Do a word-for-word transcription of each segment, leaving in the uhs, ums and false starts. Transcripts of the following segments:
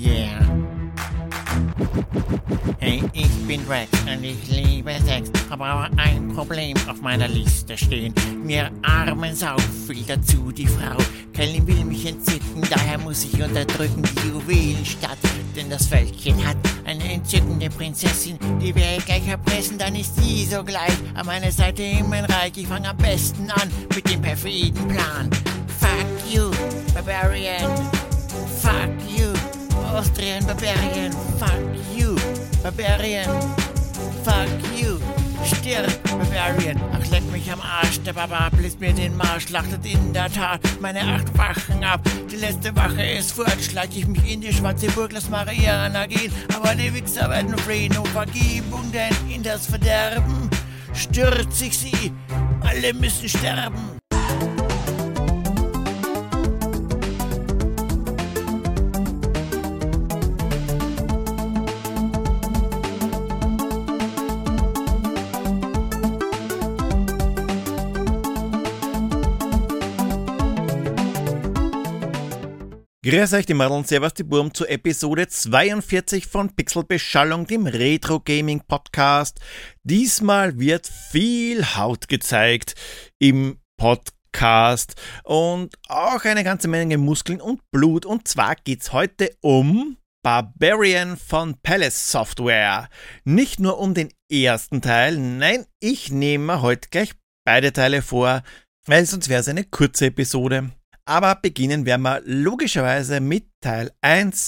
Yeah. Hey, ich bin Rex und ich liebe Sex, habe aber ein Problem auf meiner Liste stehen. Mir armen Sau fehlt dazu die Frau. Kelly will mich entzücken, daher muss ich unterdrücken die Juwelenstadt. Denn das Völkchen hat eine entzückende Prinzessin, die werde ich gleich erpressen, dann ist sie so gleich an meiner Seite immer reich. Ich fange am besten an mit dem perfiden Plan. Fuck you, Barbarian. Fuck you, Austrian Barbarian. Fuck you, Barbarian. Fuck you. Stirb, Barbarian. Ach, leck mich am Arsch, der Barbar bläst mir den Marsch, schlachtet in der Tat meine acht Wachen ab. Die letzte Wache ist fort, schleich ich mich in die schwarze Burg, lass Mariana gehen. Aber die Wichser werden flehen um Vergebung, denn in das Verderben stürzt sich sie. Alle müssen sterben. Grüß euch die Madeln, servus die Burm zur Episode zweiundvierzig von Pixelbeschallung, dem Retro-Gaming-Podcast. Diesmal wird viel Haut gezeigt im Podcast und auch eine ganze Menge Muskeln und Blut. Und zwar geht's heute um Barbarian von Palace Software. Nicht nur um den ersten Teil, nein, ich nehme heute gleich beide Teile vor, weil sonst wäre es eine kurze Episode. Aber beginnen werden wir logischerweise mit Teil eins,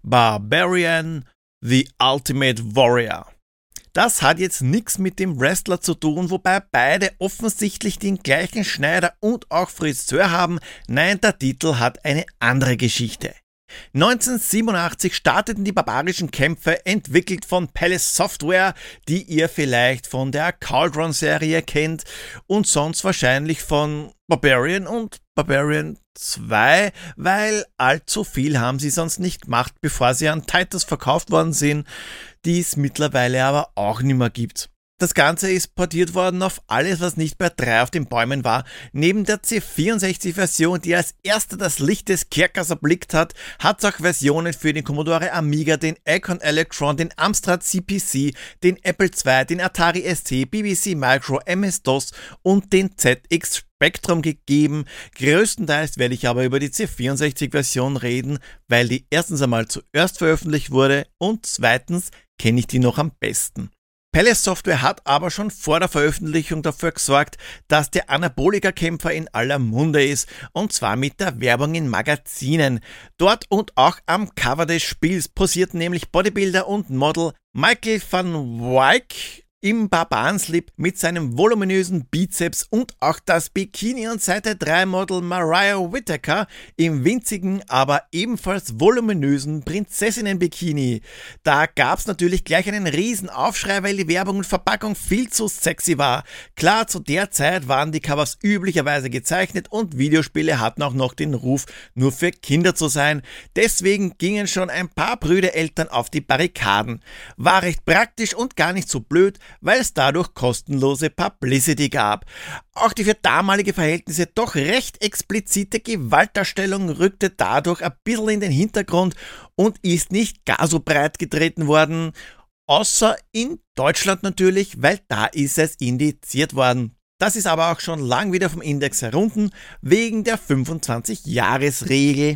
Barbarian, The Ultimate Warrior. Das hat jetzt nichts mit dem Wrestler zu tun, wobei beide offensichtlich den gleichen Schneider und auch Friseur haben. Nein, der Titel hat eine andere Geschichte. neunzehnhundertsiebenundachtzig starteten die barbarischen Kämpfe, entwickelt von Palace Software, die ihr vielleicht von der Cauldron-Serie kennt und sonst wahrscheinlich von Barbarian und Barbarian zwei, weil allzu viel haben sie sonst nicht gemacht, bevor sie an Titus verkauft worden sind, die es mittlerweile aber auch nicht mehr gibt. Das Ganze ist portiert worden auf alles, was nicht bei drei auf den Bäumen war. Neben der C vierundsechzig-Version, die als erster das Licht des Kerkers erblickt hat, hat es auch Versionen für den Commodore Amiga, den Icon Electron, den Amstrad C P C, den Apple zwei, den Atari S T, B B C Micro, M S-DOS und den Z X Spectrum gegeben. Größtenteils werde ich aber über die C vierundsechzig-Version reden, weil die erstens einmal zuerst veröffentlicht wurde und zweitens kenne ich die noch am besten. Palace Software hat aber schon vor der Veröffentlichung dafür gesorgt, dass der Anabolika-Kämpfer in aller Munde ist, und zwar mit der Werbung in Magazinen. Dort und auch am Cover des Spiels posierten nämlich Bodybuilder und Model Michael van Wyk im Barbarenslip mit seinem voluminösen Bizeps und auch das Bikini und Seite drei Model Mariah Whittaker im winzigen, aber ebenfalls voluminösen Prinzessinnen-Bikini. Da gab's natürlich gleich einen riesen Aufschrei, weil die Werbung und Verpackung viel zu sexy war. Klar, zu der Zeit waren die Covers üblicherweise gezeichnet und Videospiele hatten auch noch den Ruf, nur für Kinder zu sein. Deswegen gingen schon ein paar prüde Eltern auf die Barrikaden. War recht praktisch und gar nicht so blöd, weil es dadurch kostenlose Publicity gab. Auch die für damalige Verhältnisse doch recht explizite Gewaltdarstellung rückte dadurch ein bisschen in den Hintergrund und ist nicht gar so breit getreten worden, außer in Deutschland natürlich, weil da ist es indiziert worden. Das ist aber auch schon lang wieder vom Index herunten, wegen der fünfundzwanzig-Jahres-Regel.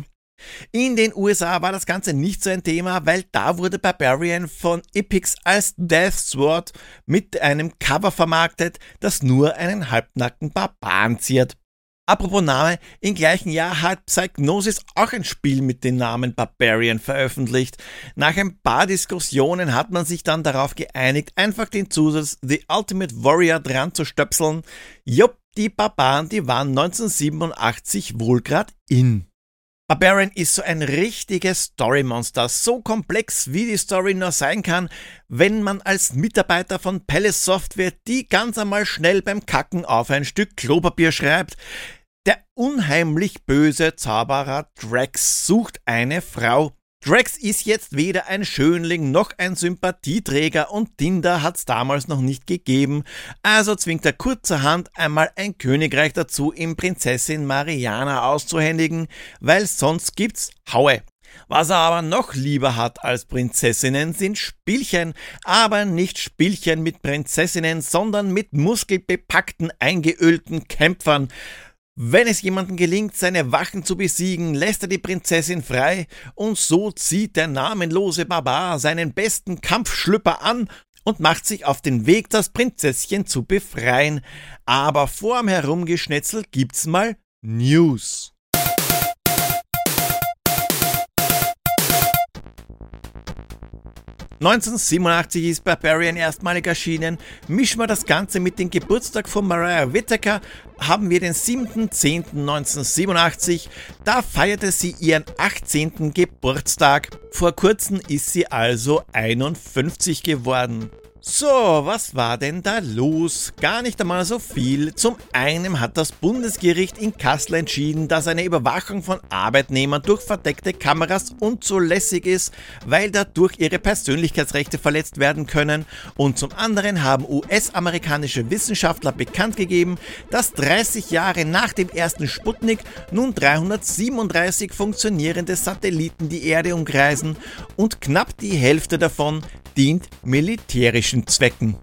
In den U S A war das Ganze nicht so ein Thema, weil da wurde Barbarian von Epix als Death Sword mit einem Cover vermarktet, das nur einen halbnackten Barbaren ziert. Apropos Name, im gleichen Jahr hat Psygnosis auch ein Spiel mit dem Namen Barbarian veröffentlicht. Nach ein paar Diskussionen hat man sich dann darauf geeinigt, einfach den Zusatz The Ultimate Warrior dran zu stöpseln. Jupp, die Barbaren, die waren neunzehnhundertsiebenundachtzig wohl grad in. Barbarian ist so ein richtiges Storymonster, so komplex wie die Story nur sein kann, wenn man als Mitarbeiter von Palace Software die ganz einmal schnell beim Kacken auf ein Stück Klopapier schreibt. Der unheimlich böse Zauberer Drax sucht eine Frau. Drax ist jetzt weder ein Schönling noch ein Sympathieträger und Tinder hat's damals noch nicht gegeben, also zwingt er kurzerhand einmal ein Königreich dazu, ihm Prinzessin Mariana auszuhändigen, weil sonst gibt's Haue. Was er aber noch lieber hat als Prinzessinnen sind Spielchen, aber nicht Spielchen mit Prinzessinnen, sondern mit muskelbepackten, eingeölten Kämpfern. Wenn es jemandem gelingt, seine Wachen zu besiegen, lässt er die Prinzessin frei und so zieht der namenlose Barbar seinen besten Kampfschlüpper an und macht sich auf den Weg, das Prinzesschen zu befreien. Aber vorm Herumgeschnetzel gibt's mal News. neunzehnhundertsiebenundachtzig ist Barbarian erstmalig erschienen. Mischen wir das Ganze mit dem Geburtstag von Mariah Whittaker, haben wir den siebten zehnten neunzehnhundertsiebenundachtzig. Da feierte sie ihren achtzehnten Geburtstag. Vor kurzem ist sie also einundfünfzig geworden. So, was war denn da los? Gar nicht einmal so viel. Zum einen hat das Bundesgericht in Kassel entschieden, dass eine Überwachung von Arbeitnehmern durch verdeckte Kameras unzulässig ist, weil dadurch ihre Persönlichkeitsrechte verletzt werden können. Und zum anderen haben U S-amerikanische Wissenschaftler bekannt gegeben, dass dreißig Jahre nach dem ersten Sputnik nun dreihundertsiebenunddreißig funktionierende Satelliten die Erde umkreisen und knapp die Hälfte davon dient militärischen Zwecken.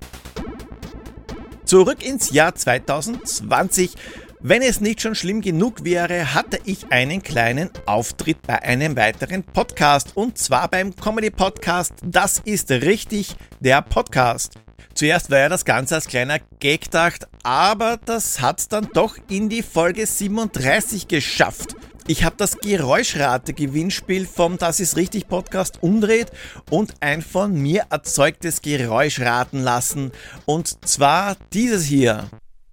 Zurück ins Jahr zweitausendzwanzig. Wenn es nicht schon schlimm genug wäre, hatte ich einen kleinen Auftritt bei einem weiteren Podcast und zwar beim Comedy-Podcast Das ist richtig, der Podcast. Zuerst war ja das Ganze als kleiner Gag gedacht, aber das hat dann doch in die Folge siebenunddreißig geschafft. Ich habe das Geräuschrate-Gewinnspiel vom Das ist richtig Podcast umdreht und ein von mir erzeugtes Geräusch raten lassen. Und zwar dieses hier.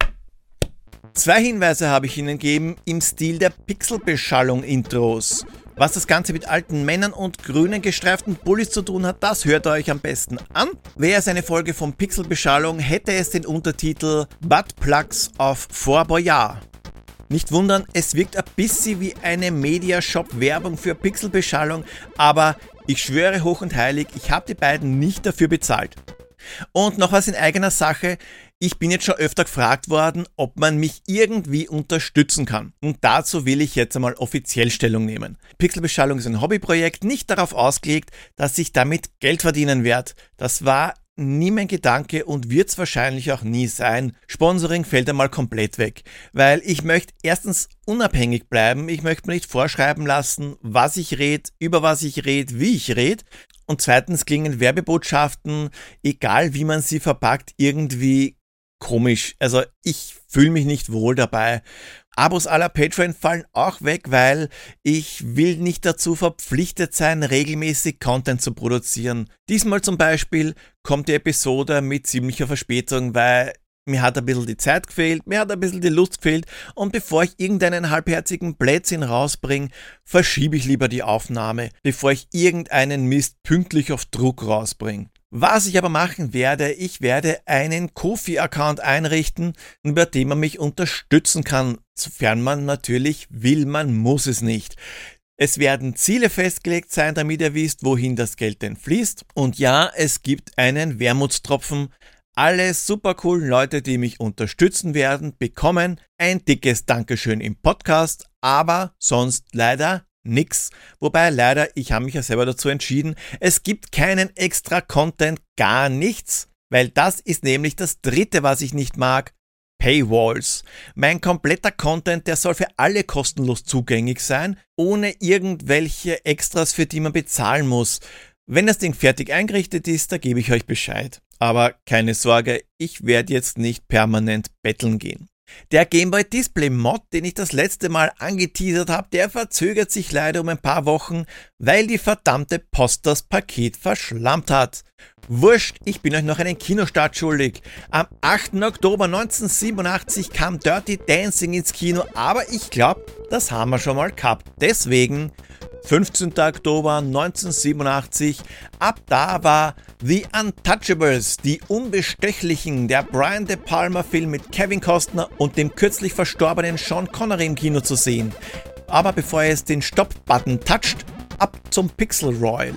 Zwei Hinweise habe ich Ihnen gegeben im Stil der Pixelbeschallung-Intros. Was das Ganze mit alten Männern und grünen gestreiften Pullis zu tun hat, das hört ihr euch am besten an. Wäre es eine Folge von Pixelbeschallung, hätte es den Untertitel Buttplugs of Fort Boyard. Nicht wundern, es wirkt ein bisschen wie eine Mediashop-Werbung für Pixelbeschallung, aber ich schwöre hoch und heilig, ich habe die beiden nicht dafür bezahlt. Und noch was in eigener Sache, ich bin jetzt schon öfter gefragt worden, ob man mich irgendwie unterstützen kann. Und dazu will ich jetzt einmal offiziell Stellung nehmen. Pixelbeschallung ist ein Hobbyprojekt, nicht darauf ausgelegt, dass ich damit Geld verdienen werde. Das war nie mein Gedanke und wird es wahrscheinlich auch nie sein. Sponsoring fällt einmal komplett weg, weil ich möchte erstens unabhängig bleiben, ich möchte mir nicht vorschreiben lassen, was ich rede, über was ich rede, wie ich rede. Und zweitens klingen Werbebotschaften, egal wie man sie verpackt, irgendwie komisch. Also ich fühle mich nicht wohl dabei. Abos à la Patreon fallen auch weg, weil ich will nicht dazu verpflichtet sein, regelmäßig Content zu produzieren. Diesmal zum Beispiel kommt die Episode mit ziemlicher Verspätung, weil mir hat ein bisschen die Zeit gefehlt, mir hat ein bisschen die Lust gefehlt und bevor ich irgendeinen halbherzigen Blödsinn rausbringe, verschiebe ich lieber die Aufnahme, bevor ich irgendeinen Mist pünktlich auf Druck rausbringe. Was ich aber machen werde, ich werde einen Ko-fi-Account einrichten, über den man mich unterstützen kann, sofern man natürlich will, man muss es nicht. Es werden Ziele festgelegt sein, damit ihr wisst, wohin das Geld denn fließt. Und ja, es gibt einen Wermutstropfen. Alle super coolen Leute, die mich unterstützen werden, bekommen ein dickes Dankeschön im Podcast, aber sonst leider nix. Wobei leider, ich habe mich ja selber dazu entschieden, es gibt keinen extra Content, gar nichts, weil das ist nämlich das dritte, was ich nicht mag, Paywalls. Mein kompletter Content, der soll für alle kostenlos zugänglich sein, ohne irgendwelche Extras, für die man bezahlen muss. Wenn das Ding fertig eingerichtet ist, da gebe ich euch Bescheid. Aber keine Sorge, ich werde jetzt nicht permanent betteln gehen. Der Gameboy Display Mod, den ich das letzte Mal angeteasert habe, der verzögert sich leider um ein paar Wochen, weil die verdammte Post das Paket verschlammt hat. Wurscht, ich bin euch noch einen Kinostart schuldig. Am achten Oktober neunzehnhundertsiebenundachtzig kam Dirty Dancing ins Kino, aber ich glaube, das haben wir schon mal gehabt. Deswegen fünfzehnten Oktober neunzehnhundertsiebenundachtzig, ab da war The Untouchables, die Unbestechlichen, der Brian De Palma Film mit Kevin Costner und dem kürzlich verstorbenen Sean Connery im Kino zu sehen. Aber bevor ihr jetzt den Stop-Button toucht, ab zum Pixel Royal.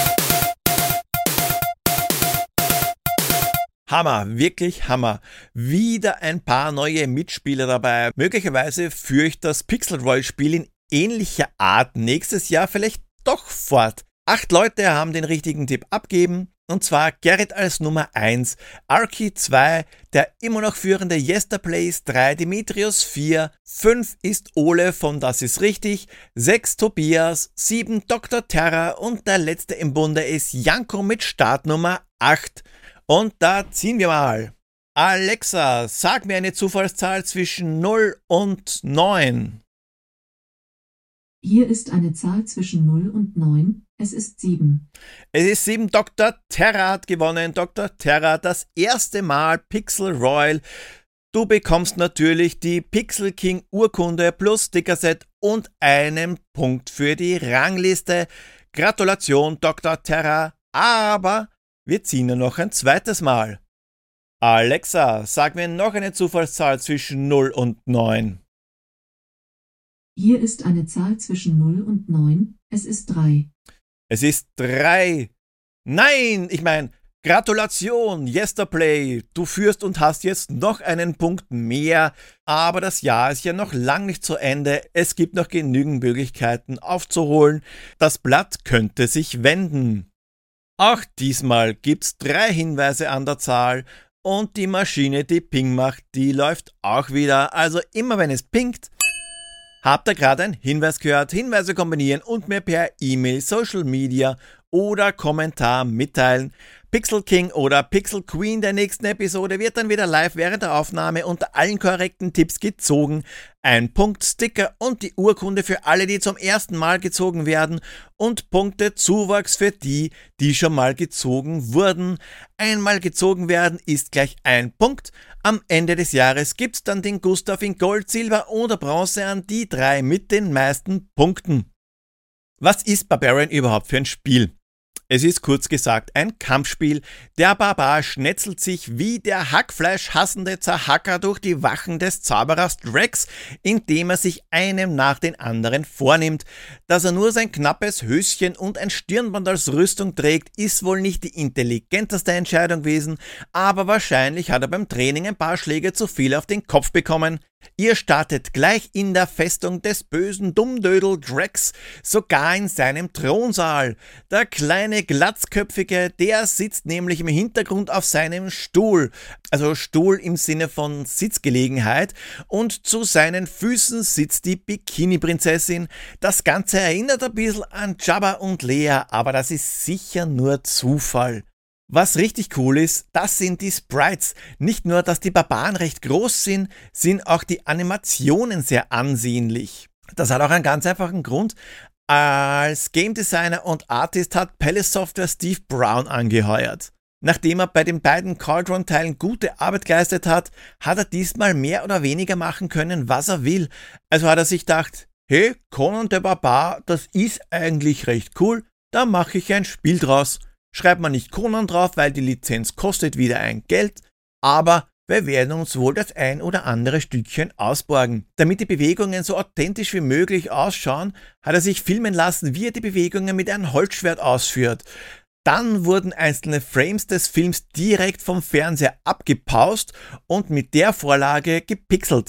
Hammer, wirklich Hammer. Wieder ein paar neue Mitspieler dabei. Möglicherweise führe ich das Pixel Royal Spiel in ähnlicher Art nächstes Jahr vielleicht doch fort. Acht Leute haben den richtigen Tipp abgeben. Und zwar Gerrit als Nummer eins, Arki zwei, der immer noch führende Yesterplace drei, Demetrius vier, fünf ist Ole von Das ist richtig, sechs Tobias, sieben Doktor Terra und der letzte im Bunde ist Janko mit Startnummer acht. Und da ziehen wir mal. Alexa, sag mir eine Zufallszahl zwischen null und neun. Hier ist eine Zahl zwischen null und neun. Es ist sieben. Es ist sieben. Doktor Terra hat gewonnen. Doktor Terra, das erste Mal Pixel Royal. Du bekommst natürlich die Pixel King Urkunde plus Stickerset und einen Punkt für die Rangliste. Gratulation, Doktor Terra. Aber wir ziehen ja noch ein zweites Mal. Alexa, sag mir noch eine Zufallszahl zwischen null und neun. Hier ist eine Zahl zwischen null und neun. Es ist drei. Es ist drei. Nein, ich meine, Gratulation, Yesterplay. Du führst und hast jetzt noch einen Punkt mehr. Aber das Jahr ist ja noch lang nicht zu Ende. Es gibt noch genügend Möglichkeiten aufzuholen. Das Blatt könnte sich wenden. Auch diesmal gibt's drei Hinweise an der Zahl. Und die Maschine, die Ping macht, die läuft auch wieder. Also immer wenn es pinkt, habt ihr gerade einen Hinweis gehört? Hinweise kombinieren und mir per E-Mail, Social Media oder Kommentar mitteilen. Pixel King oder Pixel Queen der nächsten Episode wird dann wieder live während der Aufnahme unter allen korrekten Tipps gezogen. Ein Punkt, Sticker und die Urkunde für alle, die zum ersten Mal gezogen werden und Punkte Zuwachs für die, die schon mal gezogen wurden. Einmal gezogen werden ist gleich ein Punkt. Am Ende des Jahres gibt's dann den Gustav in Gold, Silber oder Bronze an die drei mit den meisten Punkten. Was ist Barbarian überhaupt für ein Spiel? Es ist kurz gesagt ein Kampfspiel. Der Barbar schnetzelt sich wie der hackfleischhassende Zerhacker durch die Wachen des Zauberers Drax, indem er sich einem nach den anderen vornimmt. Dass er nur sein knappes Höschen und ein Stirnband als Rüstung trägt, ist wohl nicht die intelligenteste Entscheidung gewesen, aber wahrscheinlich hat er beim Training ein paar Schläge zu viel auf den Kopf bekommen. Ihr startet gleich in der Festung des bösen Dummdödel Drax, sogar in seinem Thronsaal. Der kleine Glatzköpfige, der sitzt nämlich im Hintergrund auf seinem Stuhl, also Stuhl im Sinne von Sitzgelegenheit, und zu seinen Füßen sitzt die Bikini-Prinzessin. Das Ganze erinnert ein bisschen an Jabba und Lea, aber das ist sicher nur Zufall. Was richtig cool ist, das sind die Sprites. Nicht nur, dass die Barbaren recht groß sind, sind auch die Animationen sehr ansehnlich. Das hat auch einen ganz einfachen Grund. Als Game Designer und Artist hat Palace Software Steve Brown angeheuert. Nachdem er bei den beiden Cauldron-Teilen gute Arbeit geleistet hat, hat er diesmal mehr oder weniger machen können, was er will. Also hat er sich gedacht, hey, Conan der Barbar, das ist eigentlich recht cool, da mache ich ein Spiel draus. Schreibt man nicht Conan drauf, weil die Lizenz kostet wieder ein Geld, aber wir werden uns wohl das ein oder andere Stückchen ausborgen. Damit die Bewegungen so authentisch wie möglich ausschauen, hat er sich filmen lassen, wie er die Bewegungen mit einem Holzschwert ausführt. Dann wurden einzelne Frames des Films direkt vom Fernseher abgepaust und mit der Vorlage gepixelt.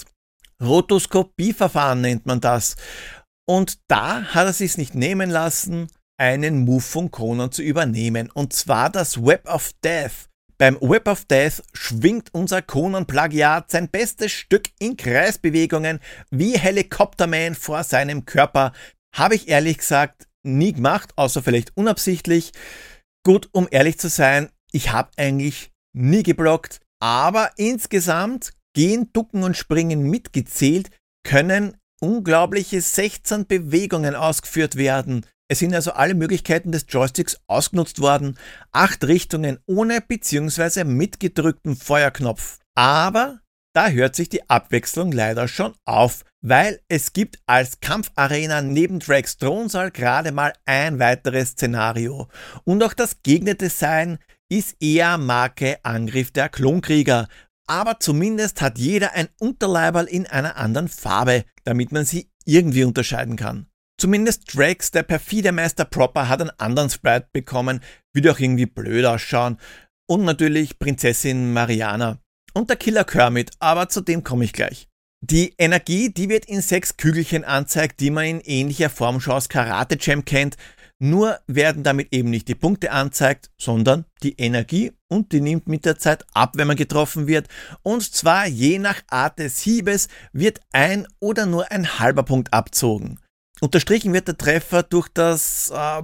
Rotoskopieverfahren nennt man das. Und da hat er sich's nicht nehmen lassen, einen Move von Conan zu übernehmen, und zwar das Web of Death. Beim Web of Death schwingt unser Conan-Plagiat sein bestes Stück in Kreisbewegungen wie Helikopterman vor seinem Körper. Habe ich ehrlich gesagt nie gemacht, außer vielleicht unabsichtlich. Gut, um ehrlich zu sein, ich habe eigentlich nie geblockt, aber insgesamt gehen, ducken und springen mitgezählt, können unglaubliche sechzehn Bewegungen ausgeführt werden. Es sind also alle Möglichkeiten des Joysticks ausgenutzt worden, acht Richtungen ohne bzw. mit gedrücktem Feuerknopf. Aber da hört sich die Abwechslung leider schon auf, weil es gibt als Kampfarena neben Drax Thronsaal gerade mal ein weiteres Szenario. Und auch das Gegnerdesign ist eher Marke Angriff der Klonkrieger. Aber zumindest hat jeder ein Unterleiberl in einer anderen Farbe, damit man sie irgendwie unterscheiden kann. Zumindest Drax, der perfide Meister Proper, hat einen anderen Sprite bekommen, würde auch irgendwie blöd ausschauen. Und natürlich Prinzessin Mariana. Und der Killer Kermit, aber zu dem komme ich gleich. Die Energie, die wird in sechs Kügelchen anzeigt, die man in ähnlicher Form schon aus Karate Champ kennt. Nur werden damit eben nicht die Punkte angezeigt, sondern die Energie, und die nimmt mit der Zeit ab, wenn man getroffen wird. Und zwar je nach Art des Hiebes wird ein oder nur ein halber Punkt abzogen. Unterstrichen wird der Treffer durch das äh,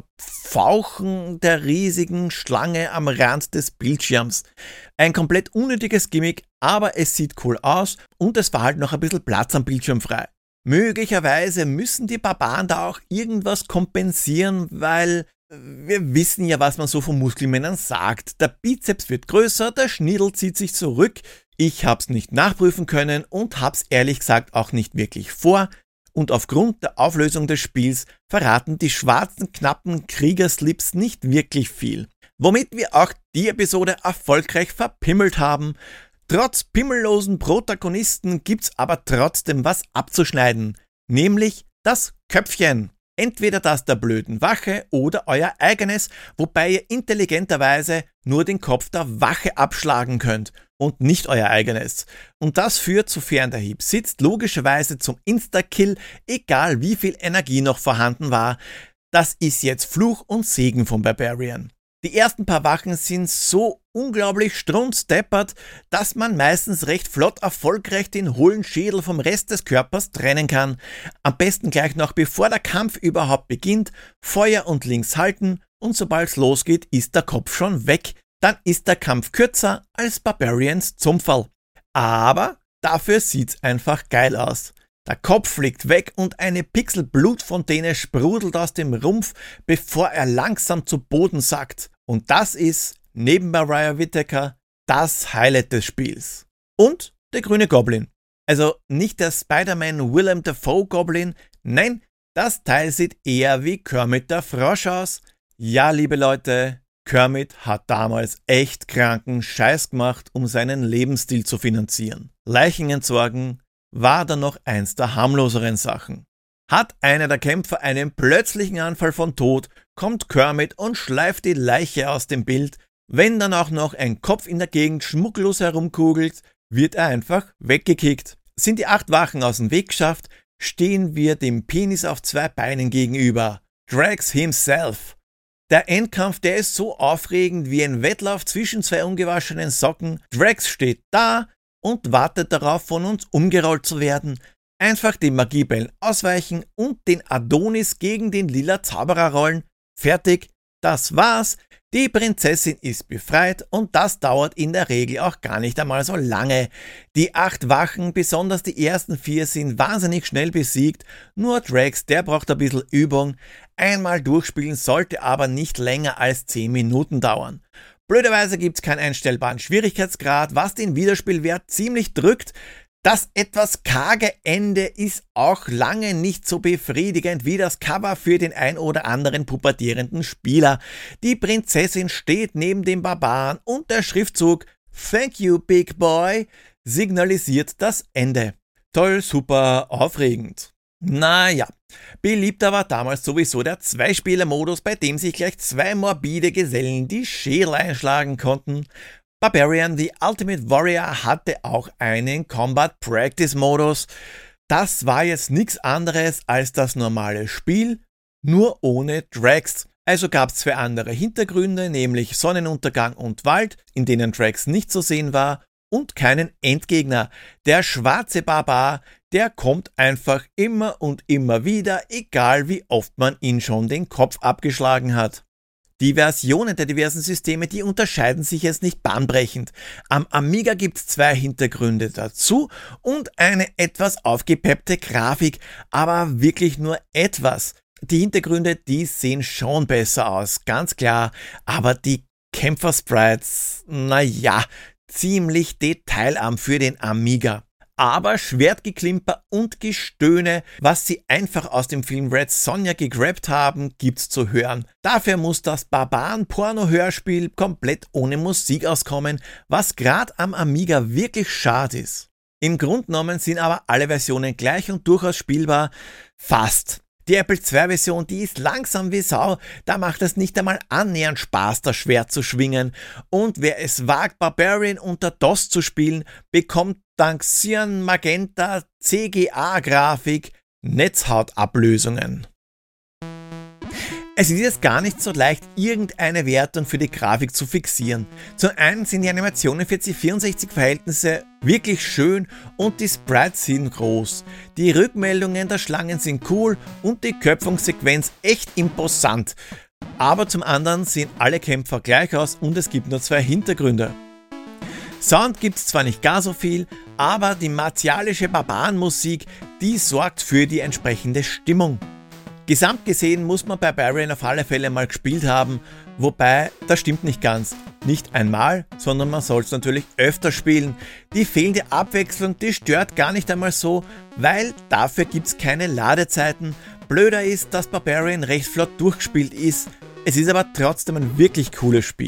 Fauchen der riesigen Schlange am Rand des Bildschirms. Ein komplett unnötiges Gimmick, aber es sieht cool aus und es war halt noch ein bisschen Platz am Bildschirm frei. Möglicherweise müssen die Barbaren da auch irgendwas kompensieren, weil wir wissen ja, was man so von Muskelmännern sagt. Der Bizeps wird größer, der Schniedel zieht sich zurück. Ich hab's nicht nachprüfen können und hab's ehrlich gesagt auch nicht wirklich vor. Und aufgrund der Auflösung des Spiels verraten die schwarzen, knappen Kriegerslips nicht wirklich viel. Womit wir auch die Episode erfolgreich verpimmelt haben. Trotz pimmellosen Protagonisten gibt's aber trotzdem was abzuschneiden, nämlich das Köpfchen. Entweder das der blöden Wache oder euer eigenes, wobei ihr intelligenterweise nur den Kopf der Wache abschlagen könnt und nicht euer eigenes. Und das führt, sofern der Hieb sitzt, logischerweise zum Insta-Kill, egal wie viel Energie noch vorhanden war. Das ist jetzt Fluch und Segen von Barbarian. Die ersten paar Wachen sind so unglaublich strunzdeppert, dass man meistens recht flott erfolgreich den hohlen Schädel vom Rest des Körpers trennen kann. Am besten gleich noch bevor der Kampf überhaupt beginnt, Feuer und links halten und sobald's losgeht, ist der Kopf schon weg. Dann ist der Kampf kürzer als Barbarians Zumpferl. Aber dafür sieht's einfach geil aus. Der Kopf fliegt weg und eine Pixel-Blutfontäne sprudelt aus dem Rumpf, bevor er langsam zu Boden sackt. Und das ist, neben Mariah Whittaker, das Highlight des Spiels. Und der grüne Goblin. Also nicht der Spider-Man Willem Dafoe Goblin, nein, das Teil sieht eher wie Kermit der Frosch aus. Ja, liebe Leute, Kermit hat damals echt kranken Scheiß gemacht, um seinen Lebensstil zu finanzieren. Leichen entsorgen war dann noch eins der harmloseren Sachen. Hat einer der Kämpfer einen plötzlichen Anfall von Tod, kommt Kermit und schleift die Leiche aus dem Bild. Wenn dann auch noch ein Kopf in der Gegend schmucklos herumkugelt, wird er einfach weggekickt. Sind die acht Wachen aus dem Weg geschafft, stehen wir dem Penis auf zwei Beinen gegenüber. Drax himself. Der Endkampf, der ist so aufregend wie ein Wettlauf zwischen zwei ungewaschenen Socken. Drax steht da und wartet darauf, von uns umgerollt zu werden. Einfach den Magiebällen ausweichen und den Adonis gegen den lila Zauberer rollen. Fertig, das war's. Die Prinzessin ist befreit und das dauert in der Regel auch gar nicht einmal so lange. Die acht Wachen, besonders die ersten vier, sind wahnsinnig schnell besiegt. Nur Drax, der braucht ein bisschen Übung. Einmal durchspielen sollte aber nicht länger als zehn Minuten dauern. Blöderweise gibt's keinen einstellbaren Schwierigkeitsgrad, was den Wiederspielwert ziemlich drückt. Das etwas karge Ende ist auch lange nicht so befriedigend wie das Cover für den ein oder anderen pubertierenden Spieler. Die Prinzessin steht neben dem Barbaren und der Schriftzug "Thank you, Big Boy" signalisiert das Ende. Toll, super, aufregend. Naja, beliebter war damals sowieso der Zweispieler-Modus, bei dem sich gleich zwei morbide Gesellen die Schädel einschlagen konnten. Barbarian The Ultimate Warrior hatte auch einen Combat Practice Modus. Das war jetzt nichts anderes als das normale Spiel, nur ohne Drax. Also gab es zwei andere Hintergründe, nämlich Sonnenuntergang und Wald, in denen Drax nicht zu sehen war, und keinen Endgegner. Der schwarze Barbar, der kommt einfach immer und immer wieder, egal wie oft man ihn schon den Kopf abgeschlagen hat. Die Versionen der diversen Systeme, die unterscheiden sich jetzt nicht bahnbrechend. Am Amiga gibt's zwei Hintergründe dazu und eine etwas aufgepeppte Grafik, aber wirklich nur etwas. Die Hintergründe, die sehen schon besser aus, ganz klar, aber die Kämpfer-Sprites, naja, ziemlich detailarm für den Amiga. Aber Schwertgeklimper und Gestöhne, was sie einfach aus dem Film Red Sonja gegrabt haben, gibt's zu hören. Dafür muss das Barbaren-Porno-Hörspiel komplett ohne Musik auskommen, was gerade am Amiga wirklich schade ist. Im Grunde genommen sind aber alle Versionen gleich und durchaus spielbar. Fast. Die Apple zwei Version, die ist langsam wie Sau, da macht es nicht einmal annähernd Spaß, das Schwert zu schwingen. Und wer es wagt, Barbarian unter DOS zu spielen, bekommt dank Cyan Magenta C G A-Grafik Netzhautablösungen. Es ist jetzt gar nicht so leicht, irgendeine Wertung für die Grafik zu fixieren. Zum einen sind die Animationen für C vierundsechzig Verhältnisse wirklich schön und die Sprites sind groß. Die Rückmeldungen der Schlangen sind cool und die Köpfungssequenz echt imposant. Aber zum anderen sehen alle Kämpfer gleich aus und es gibt nur zwei Hintergründe. Sound gibt's zwar nicht gar so viel, aber die martialische Barbarenmusik, die sorgt für die entsprechende Stimmung. Gesamt gesehen muss man Barbarian auf alle Fälle mal gespielt haben, wobei, das stimmt nicht ganz. Nicht einmal, sondern man soll es natürlich öfter spielen. Die fehlende Abwechslung, die stört gar nicht einmal so, weil dafür gibt's keine Ladezeiten. Blöder ist, dass Barbarian recht flott durchgespielt ist. Es ist aber trotzdem ein wirklich cooles Spiel.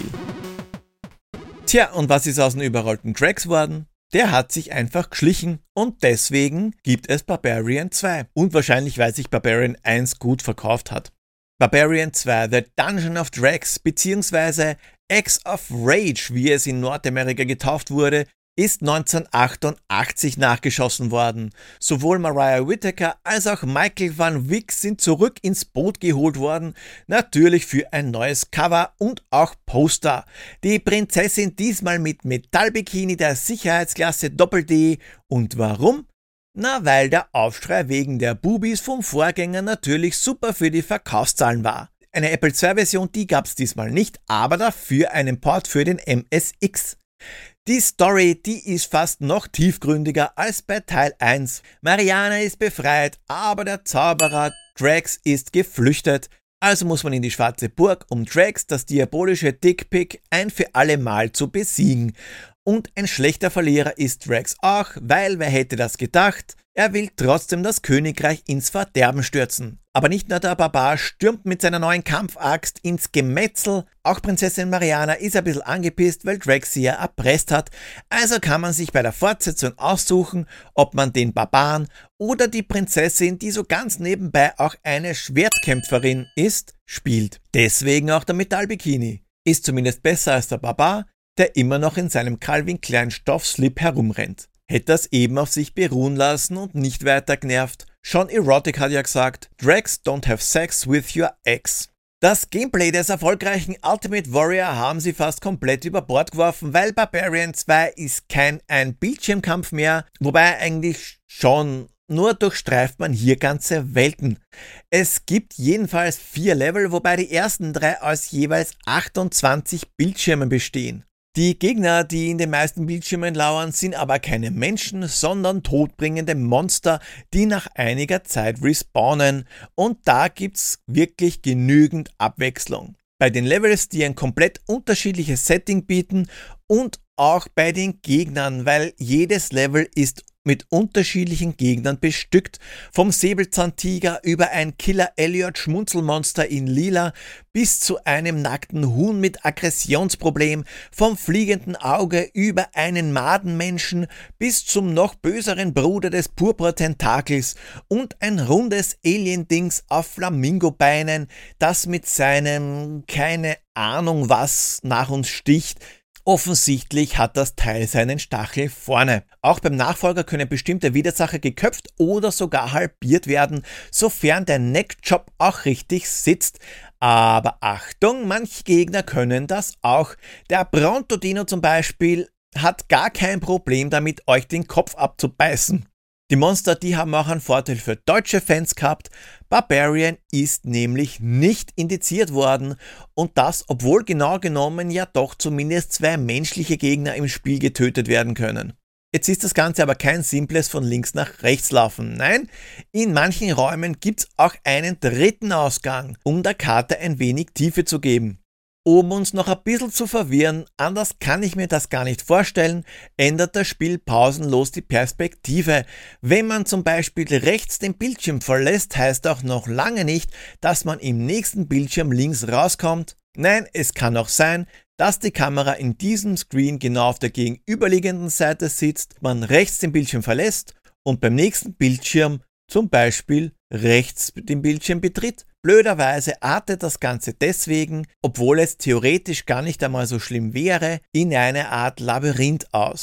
Tja, und was ist aus dem überrollten Drax worden? Der hat sich einfach geschlichen und deswegen gibt es Barbarian zwei. Und wahrscheinlich, weil sich Barbarian eins gut verkauft hat. Barbarian zwei, The Dungeon of Drax bzw. X of Rage, wie es in Nordamerika getauft wurde, ist neunzehnhundertachtundachtzig nachgeschossen worden. Sowohl Mariah Whittaker als auch Michael Van Wyck sind zurück ins Boot geholt worden, natürlich für ein neues Cover und auch Poster. Die Prinzessin diesmal mit Metallbikini der Sicherheitsklasse Doppel-D. Und warum? Na, weil der Aufschrei wegen der Bubis vom Vorgänger natürlich super für die Verkaufszahlen war. Eine Apple zwei Version, die gab's diesmal nicht, aber dafür einen Port für den M S X. Die Story, die ist fast noch tiefgründiger als bei Teil eins. Mariana ist befreit, aber der Zauberer Drax ist geflüchtet. Also muss man in die Schwarze Burg, um Drax, das diabolische Dickpick, ein für alle Mal zu besiegen. Und ein schlechter Verlierer ist Drax auch, weil wer hätte das gedacht? Er will trotzdem das Königreich ins Verderben stürzen. Aber nicht nur der Barbar stürmt mit seiner neuen Kampfaxt ins Gemetzel, auch Prinzessin Mariana ist ein bisschen angepisst, weil Drax sie ja erpresst hat. Also kann man sich bei der Fortsetzung aussuchen, ob man den Barbaren oder die Prinzessin, die so ganz nebenbei auch eine Schwertkämpferin ist, spielt. Deswegen auch der Metallbikini. Ist zumindest besser als der Barbar, der immer noch in seinem Calvin Klein Stoffslip herumrennt. Hätte das eben auf sich beruhen lassen und nicht weiter genervt. Sean Erotic hat ja gesagt, Drax don't have sex with your ex. Das Gameplay des erfolgreichen Ultimate Warrior haben sie fast komplett über Bord geworfen, weil Barbarian zwei ist kein ein Bildschirmkampf mehr, wobei eigentlich schon, nur durchstreift man hier ganze Welten. Es gibt jedenfalls vier Level, wobei die ersten drei aus jeweils achtundzwanzig Bildschirmen bestehen. Die Gegner, die in den meisten Bildschirmen lauern, sind aber keine Menschen, sondern todbringende Monster, die nach einiger Zeit respawnen. Und da gibt's wirklich genügend Abwechslung. Bei den Levels, die ein komplett unterschiedliches Setting bieten und auch bei den Gegnern, weil jedes Level ist mit unterschiedlichen Gegnern bestückt, vom Säbelzahntiger über ein Killer-Elliot-Schmunzelmonster in Lila bis zu einem nackten Huhn mit Aggressionsproblem, vom fliegenden Auge über einen Madenmenschen bis zum noch böseren Bruder des Purpurtentakels und ein rundes Alien-Dings auf Flamingobeinen, das mit seinem keine Ahnung was nach uns sticht. Offensichtlich hat das Teil seinen Stachel vorne. Auch beim Nachfolger können bestimmte Widersacher geköpft oder sogar halbiert werden, sofern der Neckchop auch richtig sitzt. Aber Achtung, manche Gegner können das auch. Der Brontodino zum Beispiel hat gar kein Problem damit, euch den Kopf abzubeißen. Die Monster, die haben auch einen Vorteil für deutsche Fans gehabt. Barbarian ist nämlich nicht indiziert worden und das, obwohl genau genommen ja doch zumindest zwei menschliche Gegner im Spiel getötet werden können. Jetzt ist das Ganze aber kein simples von links nach rechts laufen. Nein, in manchen Räumen gibt's auch einen dritten Ausgang, um der Karte ein wenig Tiefe zu geben. Um uns noch ein bisschen zu verwirren, anders kann ich mir das gar nicht vorstellen, ändert das Spiel pausenlos die Perspektive. Wenn man zum Beispiel rechts den Bildschirm verlässt, heißt auch noch lange nicht, dass man im nächsten Bildschirm links rauskommt. Nein, es kann auch sein, dass die Kamera in diesem Screen genau auf der gegenüberliegenden Seite sitzt, man rechts den Bildschirm verlässt und beim nächsten Bildschirm zum Beispiel rechts den Bildschirm betritt. Blöderweise artet das Ganze deswegen, obwohl es theoretisch gar nicht einmal so schlimm wäre, in eine Art Labyrinth aus.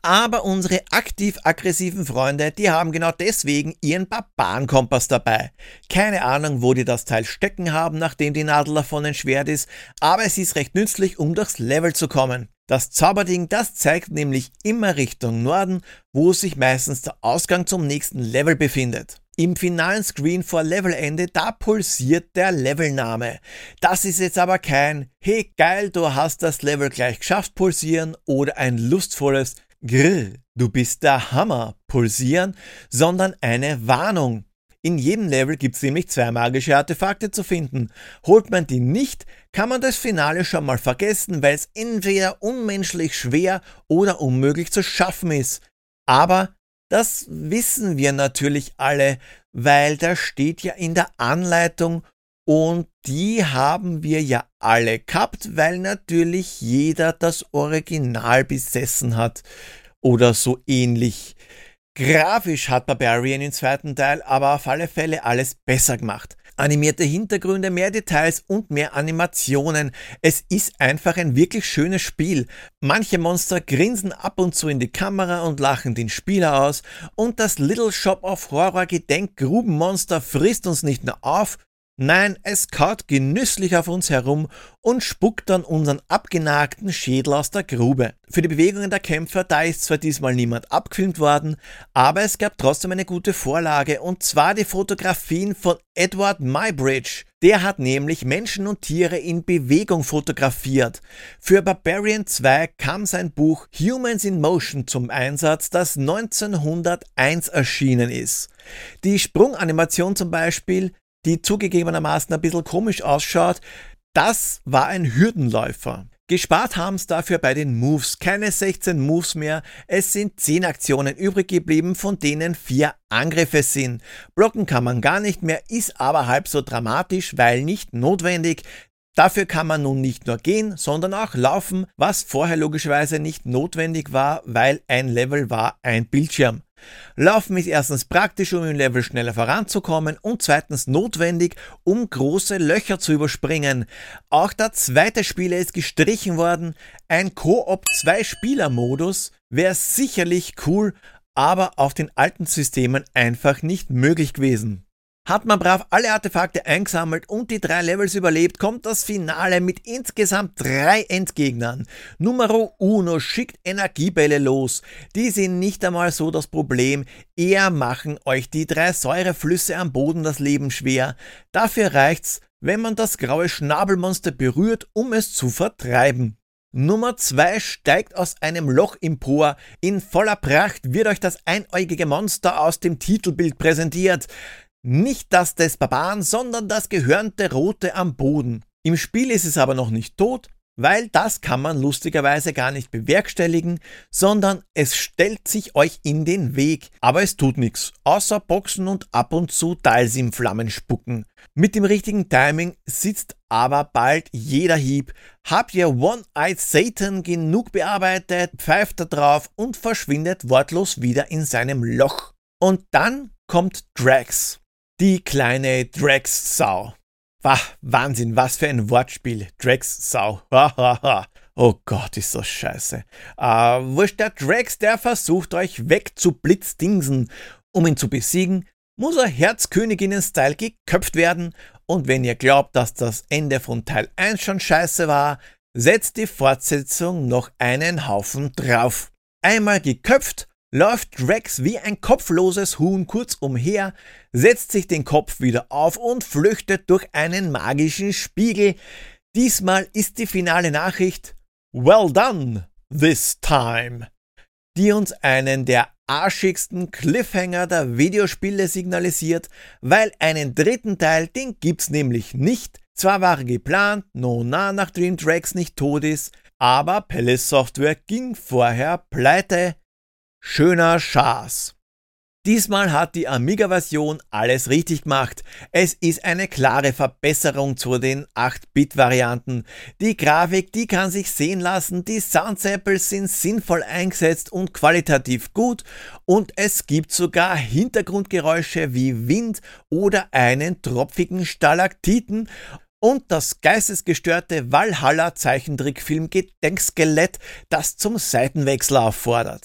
Aber unsere aktiv-aggressiven Freunde, die haben genau deswegen ihren Barbarenkompass dabei. Keine Ahnung, wo die das Teil stecken haben, nachdem die Nadel davon entschwert ist, aber es ist recht nützlich, um durchs Level zu kommen. Das Zauberding, das zeigt nämlich immer Richtung Norden, wo sich meistens der Ausgang zum nächsten Level befindet. Im finalen Screen vor Levelende, da pulsiert der Levelname. Das ist jetzt aber kein "Hey geil, du hast das Level gleich geschafft" pulsieren oder ein lustvolles "Grrr, du bist der Hammer" pulsieren, sondern eine Warnung. In jedem Level gibt es nämlich zwei magische Artefakte zu finden. Holt man die nicht, kann man das Finale schon mal vergessen, weil es entweder unmenschlich schwer oder unmöglich zu schaffen ist. Aber das wissen wir natürlich alle, weil das steht ja in der Anleitung und die haben wir ja alle gehabt, weil natürlich jeder das Original besessen hat oder so ähnlich. Grafisch hat Barbarian im zweiten Teil aber auf alle Fälle alles besser gemacht. Animierte Hintergründe, mehr Details und mehr Animationen. Es ist einfach ein wirklich schönes Spiel. Manche Monster grinsen ab und zu in die Kamera und lachen den Spieler aus. Und das Little Shop of Horror Gedenkgrubenmonster frisst uns nicht nur auf, nein, es kaut genüsslich auf uns herum und spuckt dann unseren abgenagten Schädel aus der Grube. Für die Bewegungen der Kämpfer, da ist zwar diesmal niemand abgefilmt worden, aber es gab trotzdem eine gute Vorlage, und zwar die Fotografien von Edward Muybridge. Der hat nämlich Menschen und Tiere in Bewegung fotografiert. Für Barbarian zwei kam sein Buch Humans in Motion zum Einsatz, das neunzehnhunderteins erschienen ist. Die Sprunganimation zum Beispiel, die zugegebenermaßen ein bisschen komisch ausschaut, das war ein Hürdenläufer. Gespart haben es dafür bei den Moves, keine sechzehn Moves mehr, es sind zehn Aktionen übrig geblieben, von denen vier Angriffe sind. Blocken kann man gar nicht mehr, ist aber halb so dramatisch, weil nicht notwendig. Dafür kann man nun nicht nur gehen, sondern auch laufen, was vorher logischerweise nicht notwendig war, weil ein Level war ein Bildschirm. Laufen ist erstens praktisch, um im Level schneller voranzukommen, und zweitens notwendig, um große Löcher zu überspringen. Auch der zweite Spieler ist gestrichen worden. Ein Koop-Zwei-Spieler-Modus wäre sicherlich cool, aber auf den alten Systemen einfach nicht möglich gewesen. Hat man brav alle Artefakte eingesammelt und die drei Levels überlebt, kommt das Finale mit insgesamt drei Endgegnern. Numero uno schickt Energiebälle los. Die sind nicht einmal so das Problem, eher machen euch die drei Säureflüsse am Boden das Leben schwer. Dafür reicht's, wenn man das graue Schnabelmonster berührt, um es zu vertreiben. Nummer zwei steigt aus einem Loch empor. In voller Pracht wird euch das einäugige Monster aus dem Titelbild präsentiert. Nicht das des Barbaren, sondern das gehörnte Rote am Boden. Im Spiel ist es aber noch nicht tot, weil das kann man lustigerweise gar nicht bewerkstelligen, sondern es stellt sich euch in den Weg. Aber es tut nichts, außer boxen und ab und zu Dalsim-Flammen spucken. Mit dem richtigen Timing sitzt aber bald jeder Hieb. Habt ihr One-Eyed Satan genug bearbeitet, pfeift er drauf und verschwindet wortlos wieder in seinem Loch. Und dann kommt Drax. Die kleine Drax-Sau. Wah, Wahnsinn, was für ein Wortspiel. Drax-Sau. Oh Gott, ist das scheiße. Äh, wurscht, der Drax, der versucht euch wegzublitzdingsen. Um ihn zu besiegen, muss er Herzköniginnen-Style geköpft werden. Und wenn ihr glaubt, dass das Ende von Teil eins schon scheiße war, setzt die Fortsetzung noch einen Haufen drauf. Einmal geköpft, läuft Drax wie ein kopfloses Huhn kurz umher, setzt sich den Kopf wieder auf und flüchtet durch einen magischen Spiegel. Diesmal ist die finale Nachricht "Well done this time", die uns einen der arschigsten Cliffhanger der Videospiele signalisiert, weil einen dritten Teil, den gibt's nämlich nicht. Zwar war geplant, no na, nachdem Drax nicht tot ist, aber Palace Software ging vorher pleite. Schöner Schaß. Diesmal hat die Amiga-Version alles richtig gemacht. Es ist eine klare Verbesserung zu den acht-Bit-Varianten. Die Grafik, die kann sich sehen lassen, die Soundsamples sind sinnvoll eingesetzt und qualitativ gut, und es gibt sogar Hintergrundgeräusche wie Wind oder einen tropfigen Stalaktiten und das geistesgestörte Valhalla-Zeichentrickfilm-Gedenkskelett, das zum Seitenwechsel auffordert.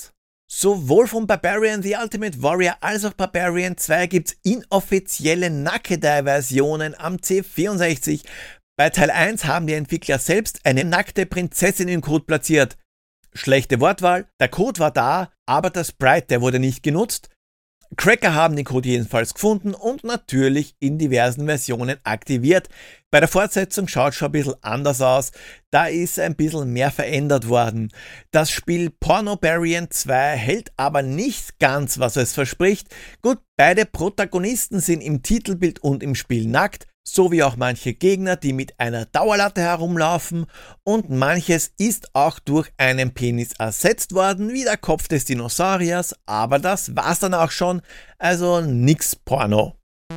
Sowohl von Barbarian The Ultimate Warrior als auch Barbarian zwei gibt's inoffizielle Nackedei-Versionen am C vierundsechzig. Bei Teil eins haben die Entwickler selbst eine nackte Prinzessin im Code platziert. Schlechte Wortwahl, der Code war da, aber der Sprite, der wurde nicht genutzt. Cracker haben den Code jedenfalls gefunden und natürlich in diversen Versionen aktiviert. Bei der Fortsetzung schaut es schon ein bisschen anders aus, da ist ein bisschen mehr verändert worden. Das Spiel Pornobarian zwei hält aber nicht ganz, was es verspricht. Gut, beide Protagonisten sind im Titelbild und im Spiel nackt, sowie auch manche Gegner, die mit einer Dauerlatte herumlaufen, und manches ist auch durch einen Penis ersetzt worden, wie der Kopf des Dinosauriers, aber das war's dann auch schon, also nix Porno.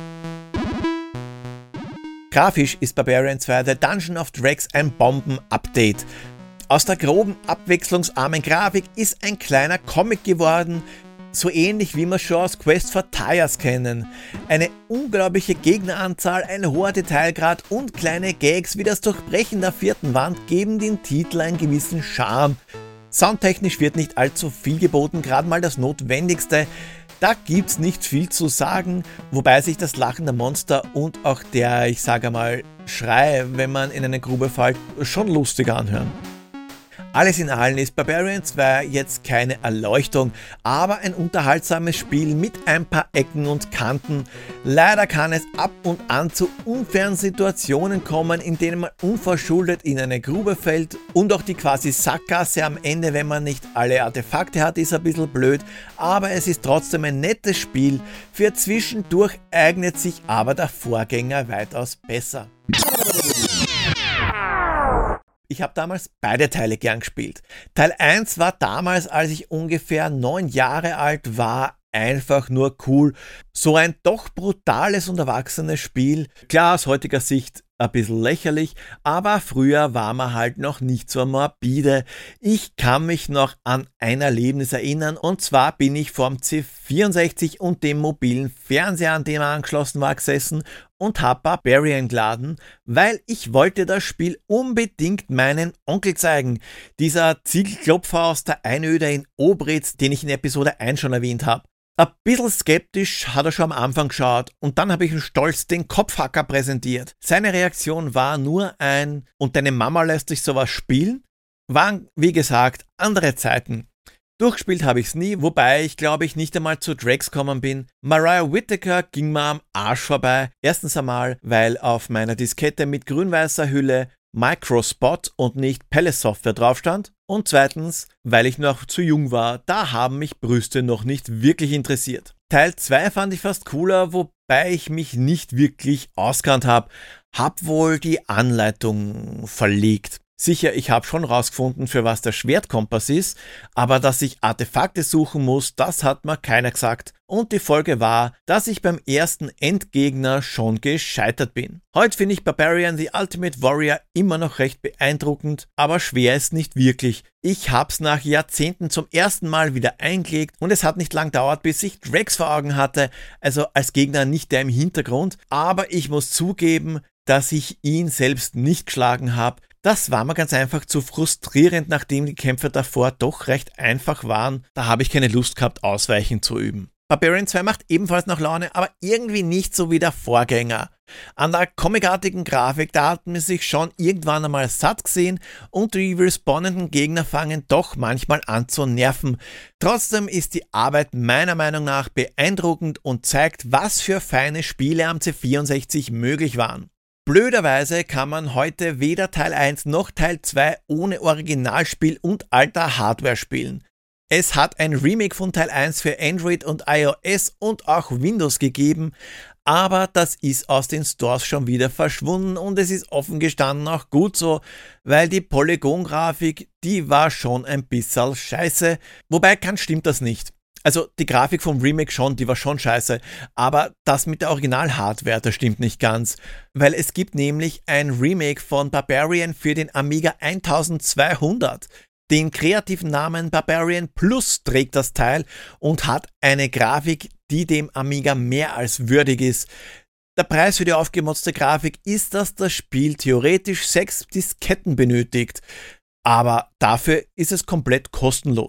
Grafisch ist Barbarian zwei The Dungeon of Dragons ein Bomben-Update. Aus der groben, abwechslungsarmen Grafik ist ein kleiner Comic geworden, so ähnlich wie wir schon aus Quest for Tires kennen. Eine unglaubliche Gegneranzahl, ein hoher Detailgrad und kleine Gags wie das Durchbrechen der vierten Wand geben den Titel einen gewissen Charme. Soundtechnisch wird nicht allzu viel geboten, gerade mal das Notwendigste. Da gibt's nicht viel zu sagen, wobei sich das Lachen der Monster und auch der, ich sage mal, Schrei, wenn man in eine Grube fällt, schon lustig anhören. Alles in allem ist Barbarian zwei jetzt keine Erleuchtung, aber ein unterhaltsames Spiel mit ein paar Ecken und Kanten. Leider kann es ab und an zu unfairen Situationen kommen, in denen man unverschuldet in eine Grube fällt, und auch die quasi Sackgasse am Ende, wenn man nicht alle Artefakte hat, ist ein bisschen blöd, aber es ist trotzdem ein nettes Spiel. Für zwischendurch eignet sich aber der Vorgänger weitaus besser. Ich habe damals beide Teile gern gespielt. Teil eins war damals, als ich ungefähr neun Jahre alt war, einfach nur cool. So ein doch brutales und erwachsenes Spiel. Klar, aus heutiger Sicht ein bisschen lächerlich, aber früher war man halt noch nicht so morbide. Ich kann mich noch an ein Erlebnis erinnern, und zwar bin ich vorm C vierundsechzig und dem mobilen Fernseher, an dem er angeschlossen war, gesessen und habe Barbarian geladen, weil ich wollte das Spiel unbedingt meinen Onkel zeigen. Dieser Ziegelklopfer aus der Einöde in Obritz, den ich in Episode eins schon erwähnt habe. Ein bisschen skeptisch hat er schon am Anfang geschaut, und dann habe ich ihm stolz den Kopfhacker präsentiert. Seine Reaktion war nur ein „Und deine Mama lässt sich sowas spielen?" Waren, wie gesagt, andere Zeiten. Durchgespielt habe ich es nie, wobei ich glaube ich nicht einmal zu Drax gekommen bin. Mariah Whittaker ging mir am Arsch vorbei. Erstens einmal, weil auf meiner Diskette mit grün-weißer Hülle Microspot und nicht Palace Software drauf stand. Und zweitens, weil ich noch zu jung war, da haben mich Brüste noch nicht wirklich interessiert. Teil zwei fand ich fast cooler, wobei ich mich nicht wirklich auskannt habe. Hab wohl die Anleitung verlegt. Sicher, ich habe schon rausgefunden, für was der Schwertkompass ist, aber dass ich Artefakte suchen muss, das hat mir keiner gesagt. Und die Folge war, dass ich beim ersten Endgegner schon gescheitert bin. Heute finde ich Barbarian The Ultimate Warrior immer noch recht beeindruckend, aber schwer ist nicht wirklich. Ich hab's nach Jahrzehnten zum ersten Mal wieder eingelegt, und es hat nicht lang gedauert, bis ich Drax vor Augen hatte, also als Gegner nicht der im Hintergrund, aber ich muss zugeben, dass ich ihn selbst nicht geschlagen habe. Das war mir ganz einfach zu frustrierend, nachdem die Kämpfe davor doch recht einfach waren. Da habe ich keine Lust gehabt, Ausweichen zu üben. Barbarian zwei macht ebenfalls noch Laune, aber irgendwie nicht so wie der Vorgänger. An der comicartigen Grafik, da hat man sich schon irgendwann einmal satt gesehen, und die respawnenden Gegner fangen doch manchmal an zu nerven. Trotzdem ist die Arbeit meiner Meinung nach beeindruckend und zeigt, was für feine Spiele am C vierundsechzig möglich waren. Blöderweise kann man heute weder Teil eins noch Teil zwei ohne Originalspiel und alter Hardware spielen. Es hat ein Remake von Teil eins für Android und iOS und auch Windows gegeben, aber das ist aus den Stores schon wieder verschwunden, und es ist offen gestanden auch gut so, weil die Polygon-Grafik, die war schon ein bisschen scheiße, wobei ganz stimmt das nicht. Also die Grafik vom Remake schon, die war schon scheiße, aber das mit der Original-Hardware, das stimmt nicht ganz, weil es gibt nämlich ein Remake von Barbarian für den Amiga zwölfhundert. Den kreativen Namen Barbarian Plus trägt das Teil und hat eine Grafik, die dem Amiga mehr als würdig ist. Der Preis für die aufgemotzte Grafik ist, dass das Spiel theoretisch sechs Disketten benötigt, aber dafür ist es komplett kostenlos.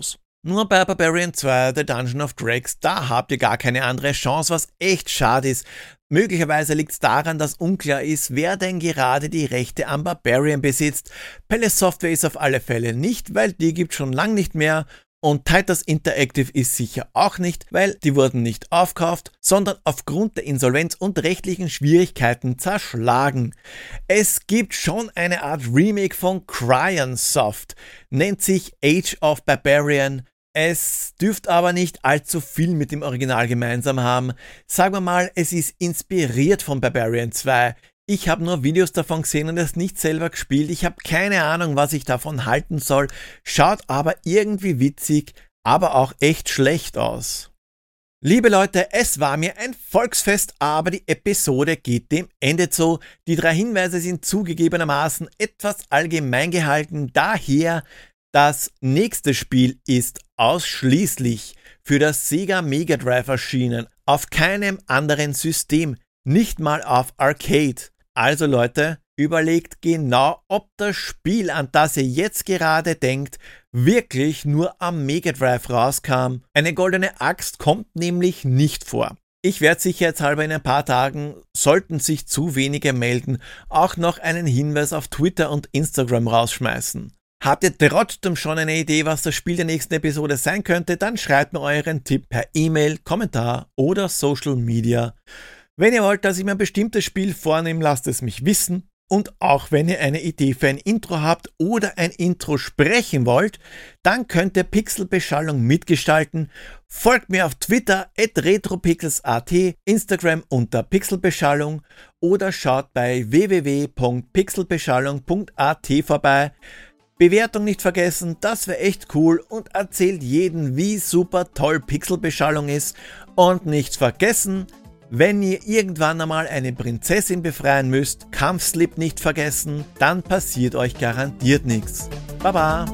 Nur bei Barbarian zwei, The Dungeon of Dragons, da habt ihr gar keine andere Chance, was echt schade ist. Möglicherweise liegt es daran, dass unklar ist, wer denn gerade die Rechte am Barbarian besitzt. Palace Software ist auf alle Fälle nicht, weil die gibt schon lang nicht mehr. Und Titus Interactive ist sicher auch nicht, weil die wurden nicht aufgekauft, sondern aufgrund der Insolvenz und rechtlichen Schwierigkeiten zerschlagen. Es gibt schon eine Art Remake von Crionsoft, nennt sich Age of Barbarian. Es dürfte aber nicht allzu viel mit dem Original gemeinsam haben. Sagen wir mal, es ist inspiriert von Barbarian zwei. Ich habe nur Videos davon gesehen und es nicht selber gespielt. Ich habe keine Ahnung, was ich davon halten soll. Schaut aber irgendwie witzig, aber auch echt schlecht aus. Liebe Leute, es war mir ein Volksfest, aber die Episode geht dem Ende zu. Die drei Hinweise sind zugegebenermaßen etwas allgemein gehalten. Daher, das nächste Spiel ist ausschließlich für das Sega Mega Drive erschienen. Auf keinem anderen System. Nicht mal auf Arcade. Also Leute, überlegt genau, ob das Spiel, an das ihr jetzt gerade denkt, wirklich nur am Mega Drive rauskam. Eine goldene Axt kommt nämlich nicht vor. Ich werde sicherheitshalber in ein paar Tagen, sollten sich zu wenige melden, auch noch einen Hinweis auf Twitter und Instagram rausschmeißen. Habt ihr trotzdem schon eine Idee, was das Spiel der nächsten Episode sein könnte, dann schreibt mir euren Tipp per E-Mail, Kommentar oder Social Media. Wenn ihr wollt, dass ich mir ein bestimmtes Spiel vornehme, lasst es mich wissen. Und auch wenn ihr eine Idee für ein Intro habt oder ein Intro sprechen wollt, dann könnt ihr Pixelbeschallung mitgestalten. Folgt mir auf Twitter at retropixels punkt at, Instagram unter Pixelbeschallung oder schaut bei w w w punkt pixelbeschallung punkt a t vorbei. Bewertung nicht vergessen, das wäre echt cool, und erzählt jedem, wie super toll Pixelbeschallung ist. Und nicht vergessen, wenn ihr irgendwann einmal eine Prinzessin befreien müsst, Kampfslip nicht vergessen, dann passiert euch garantiert nichts. Baba!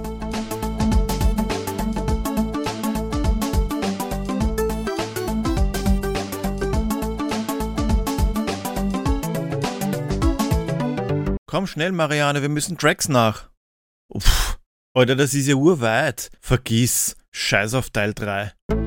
Komm schnell, Marianne, wir müssen Tracks nach. Uff, Alter, das ist ja urweit. Vergiss, scheiß auf Teil drei.